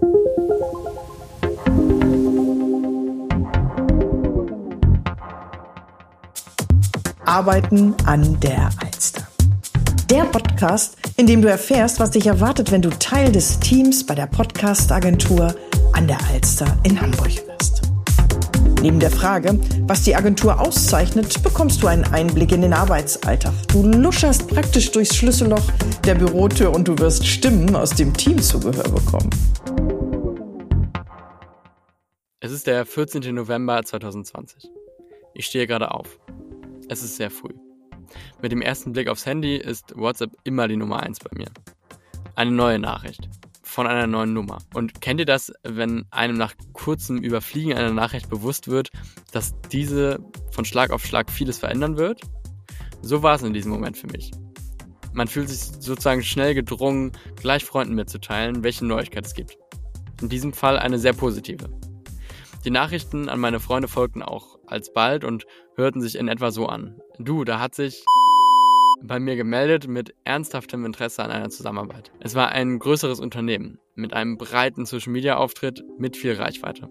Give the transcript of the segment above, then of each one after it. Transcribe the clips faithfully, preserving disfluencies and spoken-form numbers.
Arbeiten an der Alster. Der Podcast, in dem du erfährst, was dich erwartet, wenn du Teil des Teams bei der Podcast-Agentur an der Alster in Hamburg wirst. Neben der Frage, was die Agentur auszeichnet, bekommst du einen Einblick in den Arbeitsalltag. Du luscherst praktisch durchs Schlüsselloch der Bürotür und du wirst Stimmen aus dem Team zu Gehör bekommen. Es ist der vierzehnten November zweitausendzwanzig. Ich stehe gerade auf. Es ist sehr früh. Mit dem ersten Blick aufs Handy ist WhatsApp immer die Nummer eins bei mir. Eine neue Nachricht von einer neuen Nummer. Und kennt ihr das, wenn einem nach kurzem Überfliegen einer Nachricht bewusst wird, dass diese von Schlag auf Schlag vieles verändern wird? So war es in diesem Moment für mich. Man fühlt sich sozusagen schnell gedrungen, gleich Freunden mitzuteilen, welche Neuigkeit es gibt. In diesem Fall eine sehr positive. Die Nachrichten an meine Freunde folgten auch alsbald und hörten sich in etwa so an. Du, da hat sich bei mir gemeldet mit ernsthaftem Interesse an einer Zusammenarbeit. Es war ein größeres Unternehmen mit einem breiten Social-Media-Auftritt mit viel Reichweite.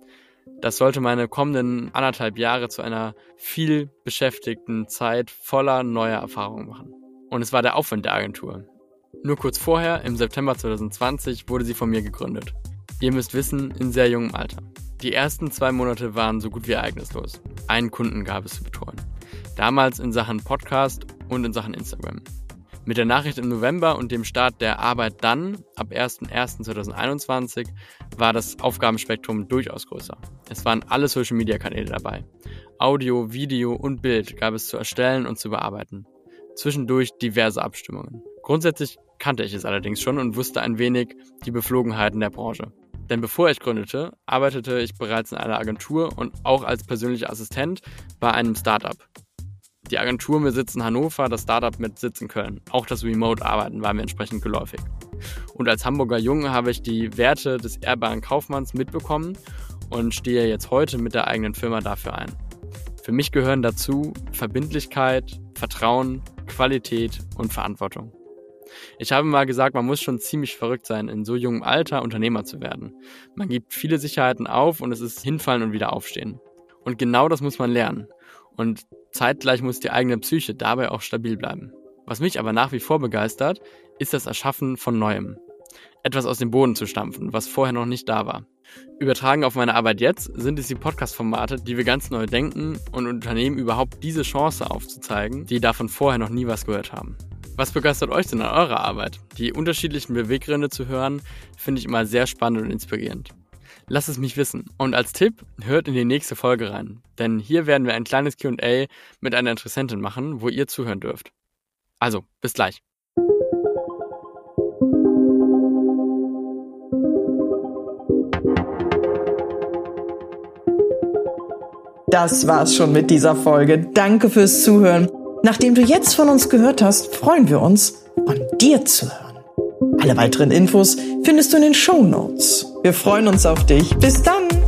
Das sollte meine kommenden anderthalb Jahre zu einer viel beschäftigten Zeit voller neuer Erfahrungen machen. Und es war der Aufwand der Agentur. Nur kurz vorher, im September zweitausendzwanzig, wurde sie von mir gegründet. Ihr müsst wissen, in sehr jungem Alter. Die ersten zwei Monate waren so gut wie ereignislos. Einen Kunden gab es zu betreuen. Damals in Sachen Podcast und in Sachen Instagram. Mit der Nachricht im November und dem Start der Arbeit dann, ab erster erster zweitausendeinundzwanzig, war das Aufgabenspektrum durchaus größer. Es waren alle Social-Media-Kanäle dabei. Audio, Video und Bild gab es zu erstellen und zu bearbeiten. Zwischendurch diverse Abstimmungen. Grundsätzlich kannte ich es allerdings schon und wusste ein wenig die Beflogenheiten der Branche. Denn bevor ich gründete, arbeitete ich bereits in einer Agentur und auch als persönlicher Assistent bei einem Startup. Die Agentur mit Sitz in Hannover, das Startup mit Sitz in Köln. Auch das Remote-Arbeiten war mir entsprechend geläufig. Und als Hamburger Junge habe ich die Werte des ehrbaren Kaufmanns mitbekommen und stehe jetzt heute mit der eigenen Firma dafür ein. Für mich gehören dazu Verbindlichkeit, Vertrauen, Qualität und Verantwortung. Ich habe mal gesagt, man muss schon ziemlich verrückt sein, in so jungem Alter Unternehmer zu werden. Man gibt viele Sicherheiten auf und es ist hinfallen und wieder aufstehen. Und genau das muss man lernen. Und zeitgleich muss die eigene Psyche dabei auch stabil bleiben. Was mich aber nach wie vor begeistert, ist das Erschaffen von Neuem. Etwas aus dem Boden zu stampfen, was vorher noch nicht da war. Übertragen auf meine Arbeit jetzt sind es die Podcast-Formate, die wir ganz neu denken und Unternehmen überhaupt diese Chance aufzuzeigen, die davon vorher noch nie was gehört haben. Was begeistert euch denn an eurer Arbeit? Die unterschiedlichen Beweggründe zu hören, finde ich immer sehr spannend und inspirierend. Lasst es mich wissen. Und als Tipp, hört in die nächste Folge rein. Denn hier werden wir ein kleines Q und A mit einer Interessentin machen, wo ihr zuhören dürft. Also, bis gleich. Das war's schon mit dieser Folge. Danke fürs Zuhören. Nachdem du jetzt von uns gehört hast, freuen wir uns, von dir zu hören. Alle weiteren Infos findest du in den Shownotes. Wir freuen uns auf dich. Bis dann!